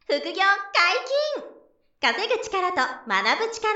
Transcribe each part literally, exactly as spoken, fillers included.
副業解禁！稼ぐ力と学ぶ力。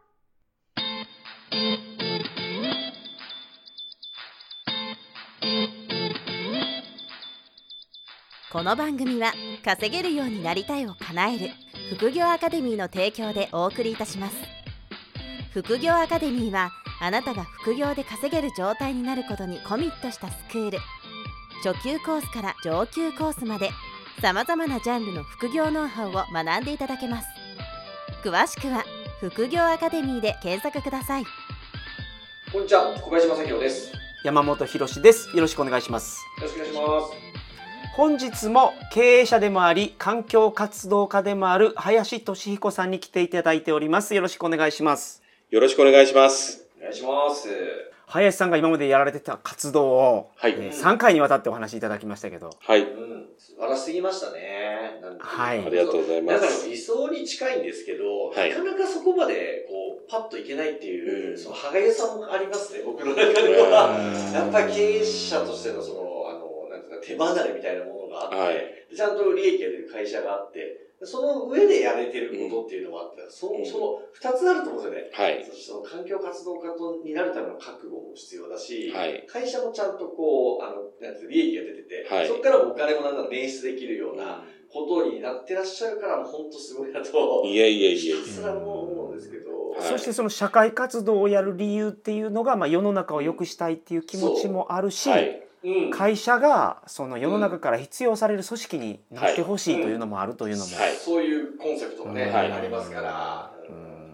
この番組は稼げるようになりたいを叶える副業アカデミーの提供でお送りいたします。副業アカデミーはあなたが副業で稼げる状態になることにコミットしたスクール。初級コースから上級コースまでさまざまなジャンルの副業ノウハウを学んでいただけます。詳しくは副業アカデミーで検索ください。 こんにちは、小林正弘です。 山本博です。よろしくお願いします。 よろしくお願いします。 本日も経営者でもあり環境活動家でもある林俊彦さんに来ていただいております。よろしくお願いします。 よろしくお願いします。 お願いします。 林さんが今までやられてた活動を、 はい、 えー、さんかいにわたってお話しいただきましたけど、 はい、 うん、素晴らしすぎましたね。なんはい、 ありがとうございます。 なんか理想に近いんですけど、はい、なかなかそこまでこうパッといけないっていう、うん、その歯がゆさもありますね、僕の中では。やっぱり経営者としてのそのあのなんていうか手離れみたいなものがあって、はい、ちゃんと利益が出る会社があって。その上でやれてることっていうのもあって、うん、そ, その二つあると思うんですよね。はい。そしてその環境活動家とになるための覚悟も必要だし、はい、会社もちゃんとこう、あの、なんていう利益が出てて、はい、そこからお金もなんだろう、捻出できるようなことになってらっしゃるから、本当すごいなと。 いやいやいやいや。 それはもう思うんですけど。 はい、そしてその社会活動をやる理由っていうのが、まあ世の中を良くしたいっていう気持ちもあるし、はいうん、会社がその世の中から必要される組織になってほしいというのもあるというのも、 はいうんはい、そういうコンセプトがね、はい、ありますから、うん、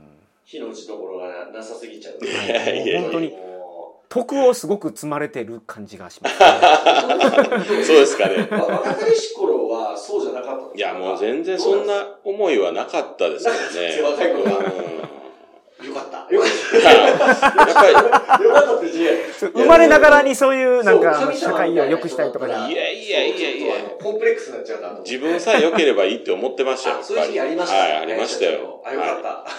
火の打ちどころがなさすぎちゃう、ね、 はい、もう本当に徳をすごく積まれてる感じがします、ね、 そうですかね。 若かりし頃はそうじゃなかったんですか？ いやもう全然そんな思いはなかったですよね。 若い頃は、うんよかった。よかった。やっぱり、よかったって字。 生まれながらにそういうなんか社会を良くしたいとかじゃ。 いやいやいやいや。 コンプレックスになっちゃうなと。 自分さえ良ければいいって思ってましたよ。 そういう時期ありました。 はい、ありましたよ。 あ、よかった。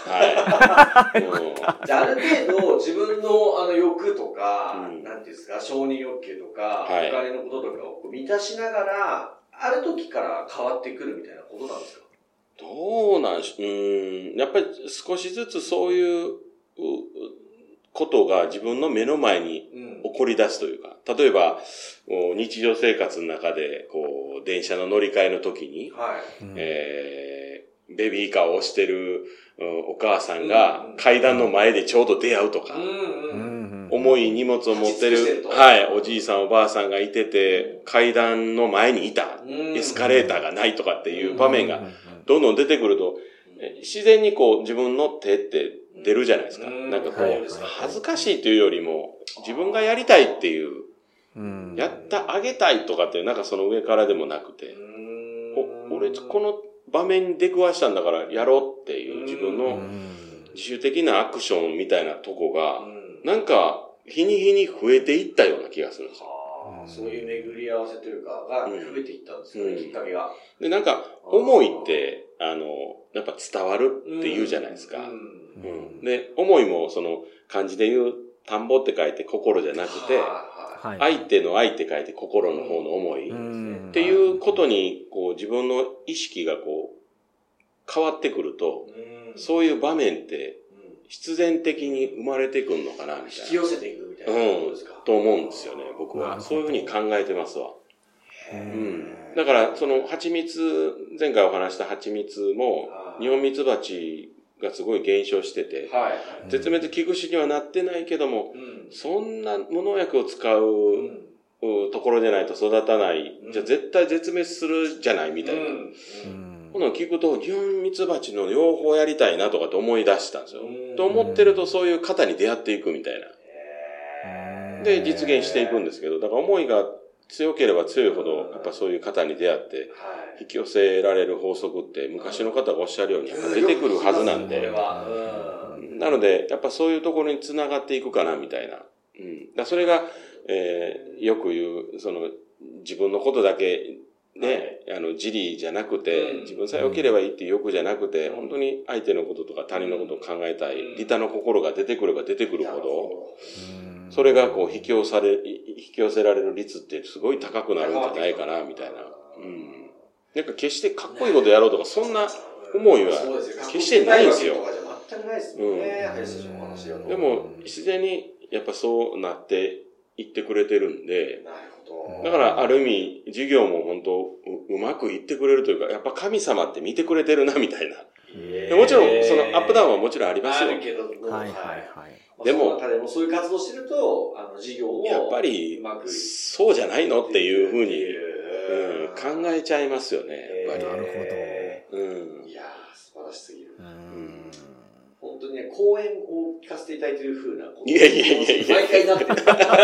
はい。じゃあある程度自分のあの欲とか、なんていうんですか、承認欲求とか、お金のこととかを満たしながら、ある時から変わってくるみたいなことなんですか？ どうなんし、うーん、やっぱり少しずつそういうことが自分の目の前に起こり出すというか、例えば日常生活の中でこう電車の乗り換えの時に、はいえー、ベビーカーを押してるお母さんが階段の前でちょうど出会うとか、重い荷物を持ってる、はい、おじいさんおばあさんがいてて階段の前にいた、エスカレーターがないとかっていう場面がどんどん出てくると、自然にこう自分の手って出るじゃないですか。なんかこう、恥ずかしいというよりも、自分がやりたいっていう、やってあげたいとかって、なんかその上からでもなくて、お俺この場面に出くわしたんだからやろうっていう自分の自主的なアクションみたいなとこが、なんか日に日に増えていったような気がするんですよ。 そういう巡り合わせというかが増えていったんですよね、うん、きっかけが。 で、なんか、思いって、あの、やっぱ伝わるって言うじゃないですか。うんうん、で、思いもその漢字で言う、田んぼって書いて心じゃなくて、はい、相手の愛って書いて心の方の思い、うん、っていうことに、こう自分の意識がこう、変わってくると、うん、そういう場面って、必然的に生まれてくるのかな、みたいな。 引き寄せていくみたいなことですか、 うん、と思うんですよね、僕は。そういうふうに考えてますわ。うん、だから、その、蜂蜜、前回お話した蜂蜜も、ニホンミツバチがすごい減少してて、はい、絶滅危惧種にはなってないけども、うん、そんな無農薬を使う、うん、ところでないと育たない、うん、じゃあ絶対絶滅するじゃないみたいな。うんうんこの聞くと、ニホンミツバチの両方やりたいなとかって思い出したんですよ。と思ってるとそういう方に出会っていくみたいな。で、実現していくんですけど、だから思いが強ければ強いほど、やっぱそういう方に出会って、引き寄せられる法則って昔の方がおっしゃるようにやっぱ出てくるはずなんで。なので、やっぱそういうところに繋がっていくかなみたいな。うん、だそれが、えー、よく言う、その自分のことだけ、ね、はい、あの、自利じゃなくて、うん、自分さえ良ければいいっていう欲じゃなくて、うん、本当に相手のこととか他人のことを考えたい、うん、利他の心が出てくれば出てくるほど、うん、それがこう引き寄せられ、引き寄せられる率ってすごい高くなるんじゃないかな、みたいな。うん、 なんか決してかっこいいことやろうとか、そんな思いは決してないんですよ。 全くないですもんね、林社長の話は。 でも、自然にやっぱそうなっていってくれてるんで、 なるほど。 だからある意味、授業も本当う、うまくいってくれるというか、やっぱ神様って見てくれてるな、みたいな。もちろん、そのアップダウンはもちろんありますよ。 あるけど、 はいはいはい。 でも、 でもそういう活動してると、あの、授業も、 やっぱり、そうじゃないのっていうふうに、うん、考えちゃいますよね、やっぱり。 なるほど。うん。いやー、素晴らしすぎる。うん本当にね、講演を聞かせていただいている風なこと。 いやいやいやいや。 毎回なってる。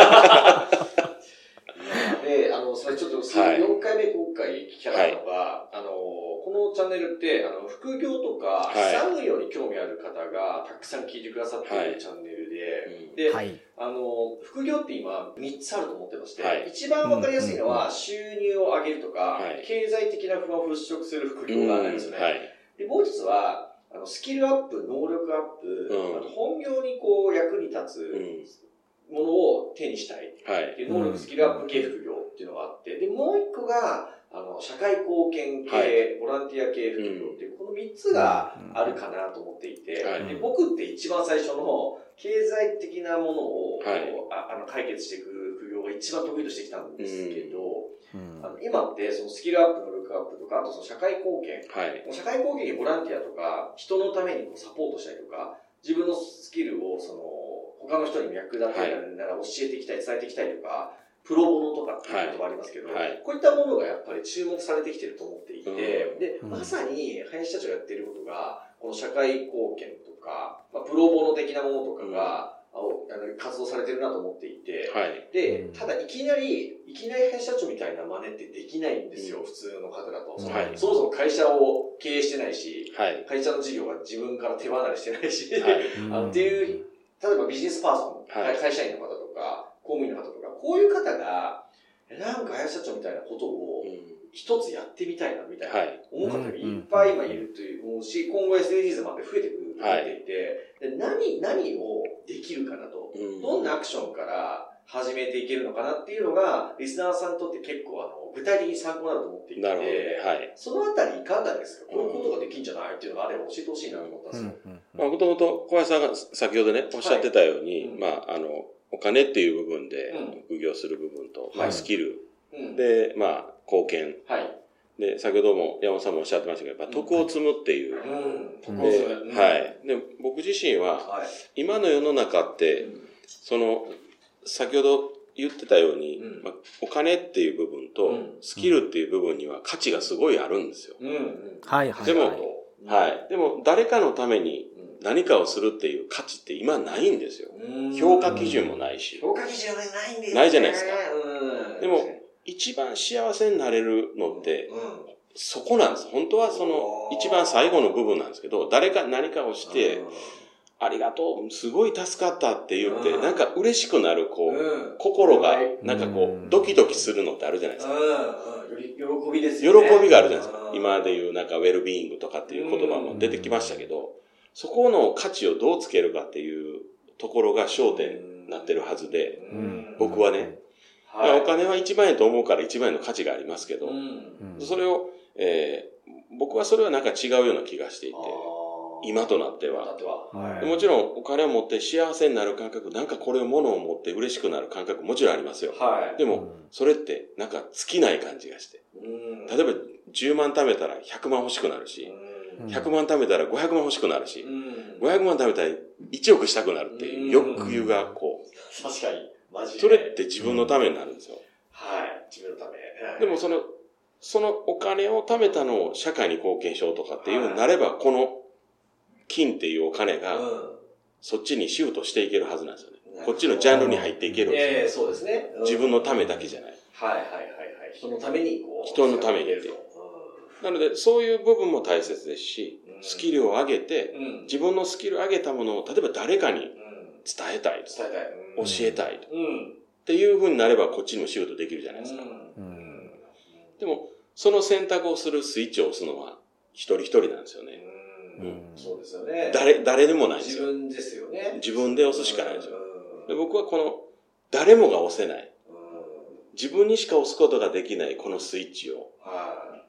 で、あの、それちょっと、よんかいめ今回聞きたかったのが、はい、あの、このチャンネルって、あの、副業とか、資産運用に興味ある方がたくさん聞いてくださっているチャンネルで、で、はい、あの、副業って今みっつあると思ってまして、はい、一番わかりやすいのは、収入を上げるとか、はい、経済的な不安を払拭する副業があるんですよね。はい、で、もう一つは、あのスキルアップ、能力アップ、うん、あと本業にこう役に立つものを手にしたいっていう能力、スキルアップ系副業っていうのがあって、で、もう一個が、あの、社会貢献系、はい、ボランティア系副業っていう、この三つがあるかなと思っていて、はい、で僕って一番最初の経済的なものを、はい、ああの解決していく副業が一番得意としてきたんですけど、うん、あの今ってそのスキルアップ、能力アップとか、あとその社会貢献、はい、社会貢献にボランティアとか、人のためにこうサポートしたりとか、自分のスキルをその他の人に役立てながら教えていきたい、伝えていきたいとか、プロボノとかっていうこともありますけど、はい、こういったものがやっぱり注目されてきてると思っていて、うん、で、まさに林社長がやっていることが、この社会貢献とか、まあ、プロボノ的なものとかが、うん、あの活動されてるなと思っていて、はい、で、ただいきなり、いきなり林社長みたいな真似ってできないんですよ、うん、普通の方だと。はい、そもそも会社を経営してないし、はい、会社の事業が自分から手離れしてないし、はい、あのっていう、例えばビジネスパーソン、はい、会社員の方とか、公務員の方とか、こういう方が、なんか林社長みたいなことを一つやってみたいなみたいな思う方がいっぱい今いると思うし、今後 エスディージーズ もあって増えてくると思っていて、で何、何をできるかなと、どんなアクションから始めていけるのかなっていうのが、リスナーさんにとって結構あの具体的に参考になると思っていて、なるほどね、はい、そのあたりいかがですか？こういうことができるんじゃないっていうのがあれば教えてほしいなと思ったんですよ。 もともと小林さんが先ほどね、おっしゃってたように、はい、まあ、あの、お金っていう部分で副業する部分と、うん、まあ、スキル、はい、で、まあ、貢献、はい、で、先ほども山本さんもおっしゃってましたけど、やっぱ徳を積むっていう、うん、で、うん、はい。で、僕自身は、はい、今の世の中って、その、先ほど言ってたように、うんまあ、お金っていう部分と、スキルっていう部分には価値がすごいあるんですよ。うんうん、はいはい。でも、はい。でも、誰かのために何かをするっていう価値って今ないんですよ。評価基準もないし。 評価基準はないんですね。 ないじゃないですか。でも、一番幸せになれるのって、そこなんです。本当はその、一番最後の部分なんですけど、誰か何かをして、ありがとう、すごい助かったって言って、なんか嬉しくなる、こう、心が、なんかこう、ドキドキするのってあるじゃないですか。 喜びですよね。 喜びがあるじゃないですか。今で言うなんかウェルビーイングとかっていう言葉も出てきましたけど、そこの価値をどうつけるかっていうところが焦点になってるはずで、僕はね、はい、お金はいちまんえんと思うからいちまんえんの価値がありますけど、それを、えー、僕はそれはなんか違うような気がしていて、今となっては。はい、もちろんお金を持って幸せになる感覚、なんかこれを物を持って嬉しくなる感覚もちろんありますよ。はい、でも、それってなんか尽きない感じがして。例えばじゅうまん貯めたらひゃくまん欲しくなるし、ひゃくまん貯めたらごひゃくまん欲しくなるし、ごひゃくまん貯めたらいちおくしたくなるっていう欲求がこう。 確かに。マジで。 それって自分のためになるんですよ。 はい。自分のため。 でもその、そのお金を貯めたのを社会に貢献しようとかっていうのになれば、この金っていうお金が、そっちにシフトしていけるはずなんですよね。こっちのジャンルに入っていけるんですよ。 ええ、そうですね。 自分のためだけじゃない。 はいはいはいはい。人のためにこう。 人のためにって。なので、そういう部分も大切ですし、スキルを上げて、自分のスキルを上げたものを、例えば誰かに伝えたい。伝えたい。教えたい。っていう風になれば、こっちにもシフトできるじゃないですか。でも、その選択をするスイッチを押すのは、一人一人なんですよね。 うん、そうですよね。 誰、誰でもないんですよ。 自分ですよね。 自分で押すしかないんですよ。で僕はこの、誰もが押せない。自分にしか押すことができないこのスイッチを、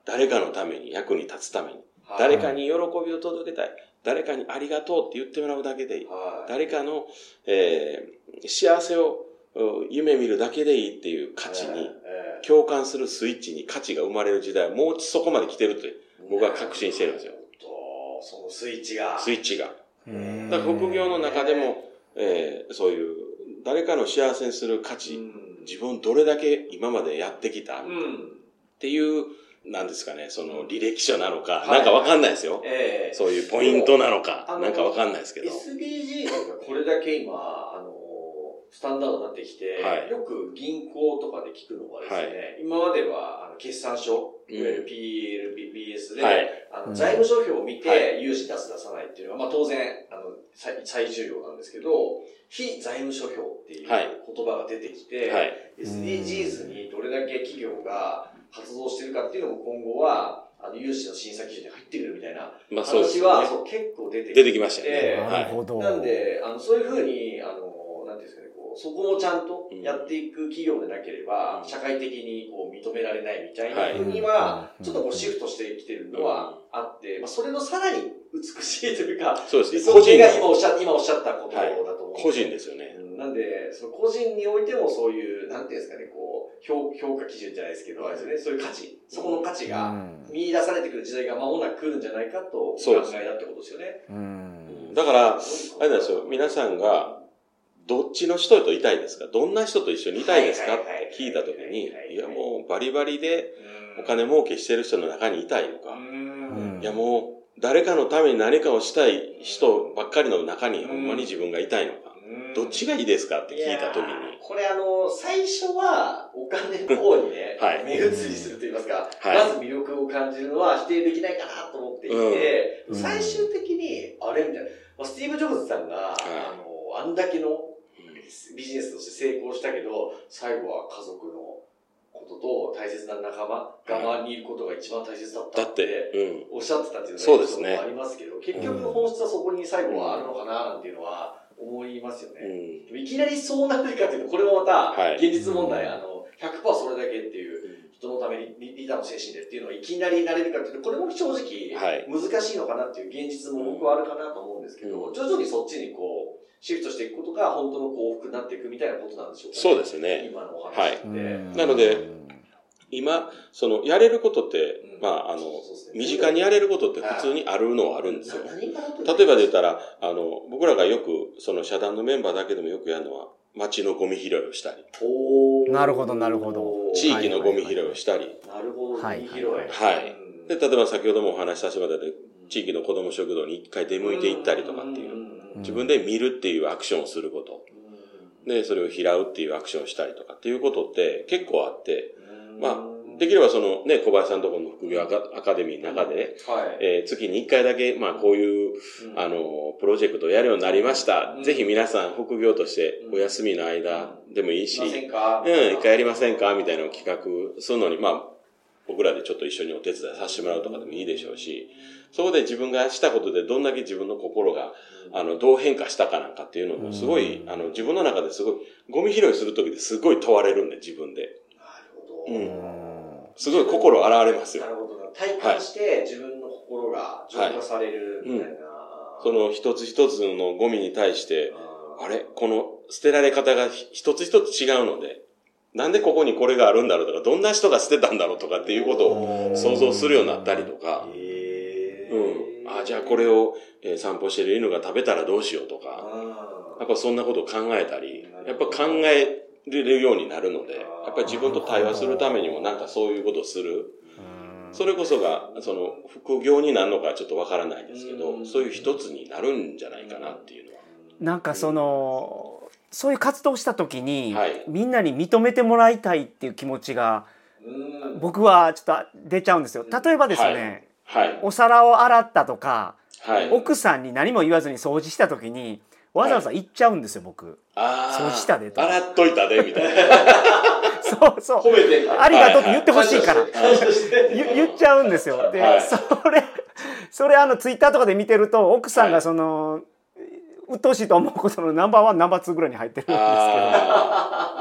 誰かのために、役に立つために、誰かに喜びを届けたい、誰かにありがとうって言ってもらうだけでいい、誰かの、えー、幸せを夢見るだけでいいっていう価値に、共感するスイッチに価値が生まれる時代はもうそこまで来てるって僕は確信してるんですよ。 そのスイッチが。 スイッチが。だから副業の中でも、えー、そういう誰かの幸せにする価値、自分どれだけ今までやってきたっていう、なんですかね、その履歴書なのか、なんかわかんないですよ。えー、そういうポイントなのか、なんかわかんないですけど。 エスディージーズ がこれだけ今、あの、スタンダードになってきて、はい、よく銀行とかで聞くのはですね、はい、今まではあの決算書、いわゆる ピーエル、ビーエス で、はい、あの財務諸表を見て融資出す出さないっていうのは、まあ当然あの 最, 最重要なんですけど、非財務諸表っていう言葉が出てきて、はい、エスディージーズ にどれだけ企業が発動してるかっていうのも今後は、あの融資の審査基準に入ってくるみたいな話は、まあ そうですね、そう結構出てきて、 出てきましたね。 なるほど。 なんで、あのそういうふうに、あの、なんていうんですかね、そこもちゃんとやっていく企業でなければ、うん、社会的にこう認められないみたいなふうには、ちょっとこうシフトしてきてるのはあって、まあ、それのさらに美しいというか、 そうですね。 個人が今おっしゃ、今おっしゃったことだと思う、はい。 個人ですよね。 なんで、その個人においてもそういう、なんていうんですかね、こう、評, 評価基準じゃないですけど、あれですよね、そういう価値、そこの価値が見出されてくる時代が間もなく来るんじゃないかとお考えだってことですよね。 うん、 だから、あれなんですよ、皆さんが、どっちの人といたいですか？どんな人と一緒にいたいですかって聞いたときに、いやもうバリバリでお金儲けしてる人の中にいたいのか、いやもう誰かのために何かをしたい人ばっかりの中にほんまに自分がいたいのか、どっちがいいですかって聞いたときに。 これあの、最初はお金の方にね、はい、目移りすると言いますか、はい、まず魅力を感じるのは否定できないかなと思っていて、うん、最終的に、あれみたいな、まあ、スティーブ・ジョブズさんが、はい、あの、あんだけのビジネスとして成功したけど、最後は家族のことと大切な仲間、側にいることが一番大切だったっておっしゃってたっていうのがありますけど、結局本質はそこに最後はあるのかななんていうのは思いますよね。うん、いきなりそうなるかっていうと、これもまた現実問題、はい、あの ひゃくパーセント それだけっていう人のためにリーダーの精神でっていうのをいきなりなれるかっていうと、これも正直難しいのかなっていう現実も僕はあるかなと思うんですけど、徐々にそっちにこう、シフトしていくことが本当の幸福になっていくみたいなことなんでしょうかね。 そうですね。 今のお話って。はい、 なので、今、その、やれることって、うん、まあ、あの、ね、身近にやれることって普通にあるのはあるんですよ。例えばで言ったら、あの、僕らがよく、その、社団のメンバーだけでもよくやるのは、街のゴミ拾いをしたり。 なるほど、なるほど。 地域のゴミ拾いをしたり。 なるほど、ゴミ拾い。 はい。で、例えば先ほどもお話しさせてもらった地域の子ども食堂に一回出向いていったりとかっていう。自分で見るっていうアクションをすること。で、それを拾うっていうアクションをしたりとかっていうことって結構あって、まあ、できればそのね、小林さんのところの副業アカ、アカデミーの中でね、はいえー、月にいっかいだけ、まあこういう、うん、あの、プロジェクトをやるようになりました。うん、ぜひ皆さん副業としてお休みの間でもいいし、うん、一回やりませんかみたいなのを企画するのに、まあ、僕らでちょっと一緒にお手伝いさせてもらうとかでもいいでしょうし、そこで自分がしたことでどんだけ自分の心が、あの、どう変化したかなんかっていうのもすごい、あの、自分の中ですごい、ゴミ拾いするときですごい問われるんで、自分で。なるほど。うん。すごい心洗われますよ。 なるほど。体感して自分の心が浄化されるみたいな。はいうん、 その一つ一つのゴミに対して、あれこの捨てられ方が一つ一つ違うので、なんでここにこれがあるんだろうとか、どんな人が捨てたんだろうとかっていうことを想像するようになったりとか、うん。あ、じゃあこれを、えー、散歩してる犬が食べたらどうしようとか、やっぱそんなことを考えたり、やっぱ考えれるようになるので、やっぱり自分と対話するためにもなんかそういうことをする。それこそが、その、副業になるのかちょっとわからないですけど、そういう一つになるんじゃないかなっていうのは。 なんかその、そういう活動した時に、はい、みんなに認めてもらいたいっていう気持ちが、僕はちょっと出ちゃうんですよ。例えばですね、はいはい、お皿を洗ったとか、はい、奥さんに何も言わずに掃除した時に、わざわざ言っちゃうんですよ、僕。あ掃除したでと。 洗っといたで、みたいな。 そうそう。 褒めてありがとうって言ってほしいから。言っちゃうんですよ。で、はい、それ、それあの、ツイッターとかで見てると、奥さんがその、はい、鬱陶しいと思うことのナンバーワン、ナンバーツーぐらいに入ってるんですけど。 ア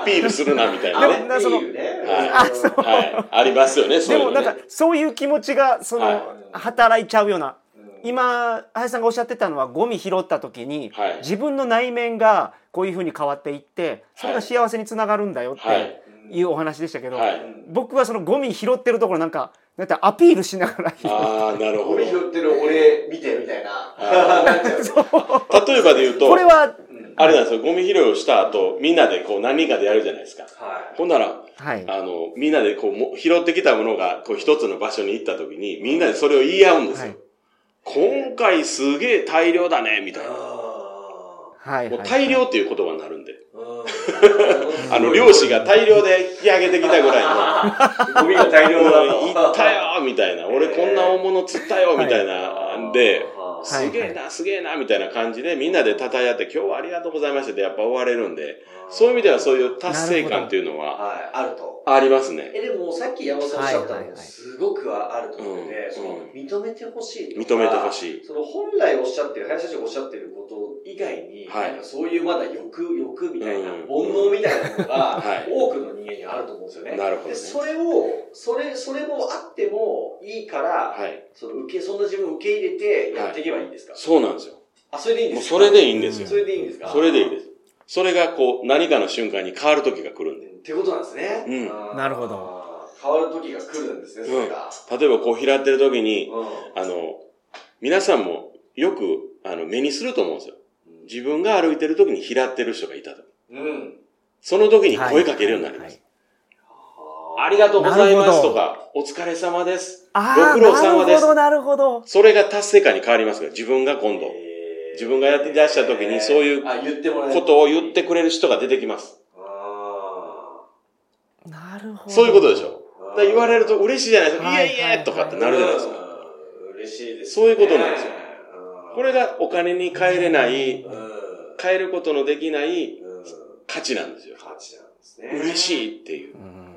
ピールするなみたいなね。 でもその、はい、 あ、そう。はい。ありますよね、そういうのね。 でもなんか、そういう気持ちが、その、はい、働いちゃうような。今、林さんがおっしゃってたのは、ゴミ拾った時に、はい、自分の内面がこういうふうに変わっていって、それが幸せにつながるんだよっていうお話でしたけど、はい、僕はそのゴミ拾ってるところなんか、なんかアピールしながらああ、なるほど。 ゴミ拾ってる俺見てみたいな。 例えばで言うと、 これは、 あれなんですよ、ゴミ拾いをした後、みんなでこう何人かでやるじゃないですか。はい、ほんなら、はい、あの、みんなでこう拾ってきたものがこう一つの場所に行った時に、みんなでそれを言い合うんですよ。はい、今回すげえ大量だね、みたいな。はい、もう大量っていう言葉になるんで。あの、漁師が大量で引き上げてきたぐらいの。ゴミが大量だ。行ったよみたいな。俺こんな大物釣ったよみたいなんで、すげえな、すげえな、みたいな感じで、みんなで称え合って、今日はありがとうございましたってやっぱ終われるんで、そういう意味ではそういう達成感っていうのは、 はい、あると。 ありますね。 え、でもさっき山本さんおっしゃったのもすごくあると思ってて、その、認めてほしいとか。 認めてほしい。 その本来おっしゃってる、林社長がおっしゃってること以外に、はい、なんかそういうまだ欲、欲みたいな、煩悩みたいなものが、多くの人間にあると思うんですよね。 なるほど、ね。 それを、それ、それもあってもいいから、はい、その受け、そんな自分を受け入れてやっていけばいいんですか、はい、 そうなんですよ。 あ、それでいいんですか？ もうそれでいいんですよ。 それでいいんですか？ それでいいです。それがこう、何かの瞬間に変わる時が来るんで。 ってことなんですね。 うん。なるほど。 変わる時が来るんですね、それが。 うん、例えばこう拾ってる時に、うん、あの、皆さんもよくあの目にすると思うんですよ。自分が歩いてる時に拾ってる人がいたと。うん。その時に声かけるようになります。はいはいはい、ありがとうございますとか、お疲れ様です。ご苦労様です。 なるほど、なるほど。 それが達成感に変わりますから、自分が今度。自分がやって出した時にそういうことを言ってくれる人が出てきます。 なるほど。 そういうことでしょ。だ言われると嬉しいじゃないですか。いえいえとかってなるじゃないですか。 嬉しいです、ね。 そういうことなんですよ。これがお金に換えれない、換えることのできない価値なんですよ。 価値なんですね。 嬉しいっていう。 うーん、なる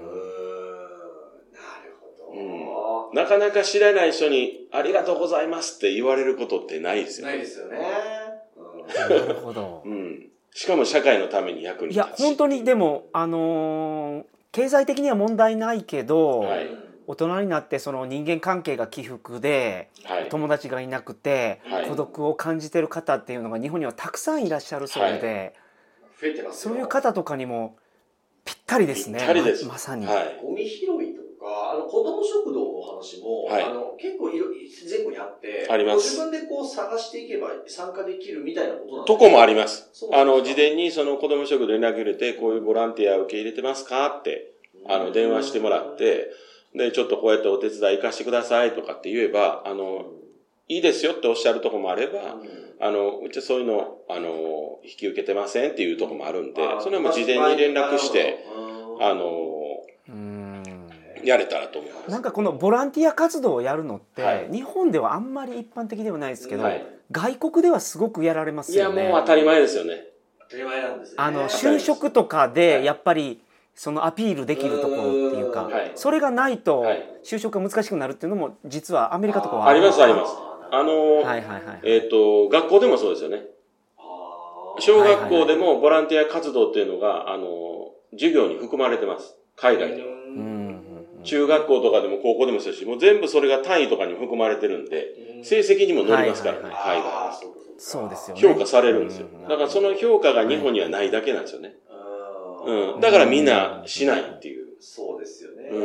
ほど、 うん。なかなか知らない人にありがとうございますって言われることってないですよね。 ないですよね。 なるほど。 うん。しかも社会のために役に立つ。 いや、本当にでも、あのー、経済的には問題ないけど、はい、大人になってその人間関係が起伏で、はい、友達がいなくて、はい、孤独を感じてる方っていうのが日本にはたくさんいらっしゃるそうで、 はい、増えてますよ。 そういう方とかにもぴったりですね。 ぴったりです。 ま, まさに、 はい。ゴミ拾いとか、あの子供食堂の話も、はい、あの結構いろ全国にあって、 あります。 自分でこう探していけば参加できるみたいなことなんですか？ とこもあります。あの事前にその子供食堂連絡入れて、こういうボランティアを受け入れてますかってあの電話してもらって。で、ちょっとこうやってお手伝い行かしてくださいとかって言えば、あの、いいですよっておっしゃるとこもあれば、うん、あの、うちそういうの、あの、引き受けてませんっていうとこもあるんで、それはもう事前に連絡して、あの、うんやれたらと思います。 なんかこのボランティア活動をやるのって、はい、日本ではあんまり一般的ではないですけど、はい、外国ではすごくやられますよね。 いや、もう当たり前ですよね。 当たり前なんですね。 あの、就職とかで、やっぱり、そのアピールできるところっていうか、はい、それがないと就職が難しくなるっていうのも実はアメリカとかはありますあります。あの、はいはいはい、えっと、学校でもそうですよね。小学校でもボランティア活動っていうのが、あの、授業に含まれてます。海外では。中学校とかでも高校でもそうですし、もう全部それが単位とかにも含まれてるんで、成績にも載りますからね、海外は。 そうですよね。 評価されるんですよ。だからその評価が日本にはないだけなんですよね。うん。だからみんなしないっていう。 そうですよね。うん。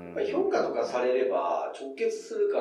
やっぱ評価とかされれば直結するから、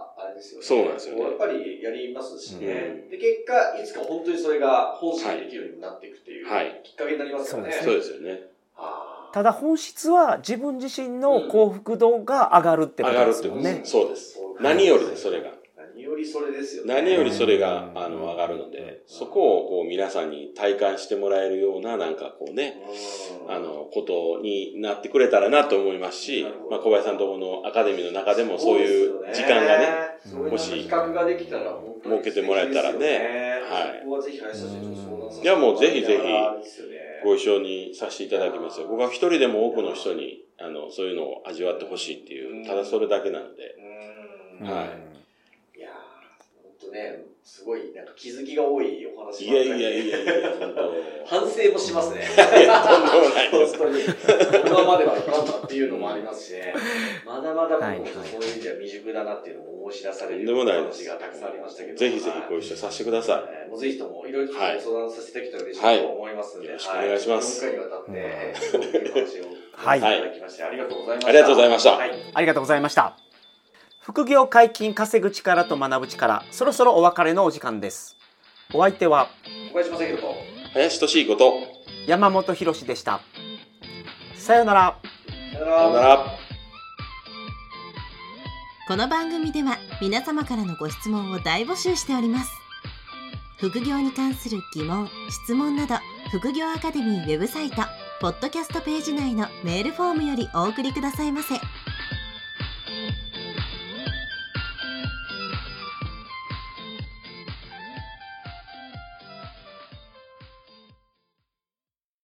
あれですよね。 そうなんですよね。 やっぱりやりますしね。うん、で、結果、いつか本当にそれが本心でできるようになっていくっていう、はい、きっかけになりますよね。 そうですよね。 ただ本質は自分自身の幸福度が上がるってことですよね。 上がるってことです。そうです。何よりでそれが。 何よりそれですよね。 何よりそれが、あの、上がるので、そこをこう皆さんに体感してもらえるような、なんかこうね、あの、ことになってくれたらなと思いますし、まあ小林さんとこのアカデミーの中でもそういう時間がね、もし、 企画ができたら本当に設けてもらえたらね、 はい。そこはぜひ林田先生と相談させて。 いやもうぜひぜひ、ご一緒にさせていただきますよ。僕は一人でも多くの人に、あの、そういうのを味わってほしいっていう、ただそれだけなので、はい。 いやー、ほんとね、 すごいなんか気づきが多いお話いやいやいやいや、 反省もしますね。 いや、とんでもないです。 本当に。今まではいかんなっていうのもありますしね。まだまだ僕もそういう意味では未熟だなっていうのも思い知らされる話がたくさんありましたけど。 ぜひぜひご一緒させてください。 もうぜひともいろいろと相談させていただけたら嬉しいと思いますので。 よろしくお願いします。 よんかいにわたって、そういう話をいただきまして、ありがとうございました。 ありがとうございました。 ありがとうございました。副業解禁、稼ぐ力と学ぶ力、そろそろお別れのお時間です。お相手は小林正弘と林俊彦と山本博でした。さようなら。 さようなら。 この番組では皆様からのご質問を大募集しております。副業に関する疑問・質問など、副業アカデミーウェブサイトポッドキャストページ内のメールフォームよりお送りくださいませ。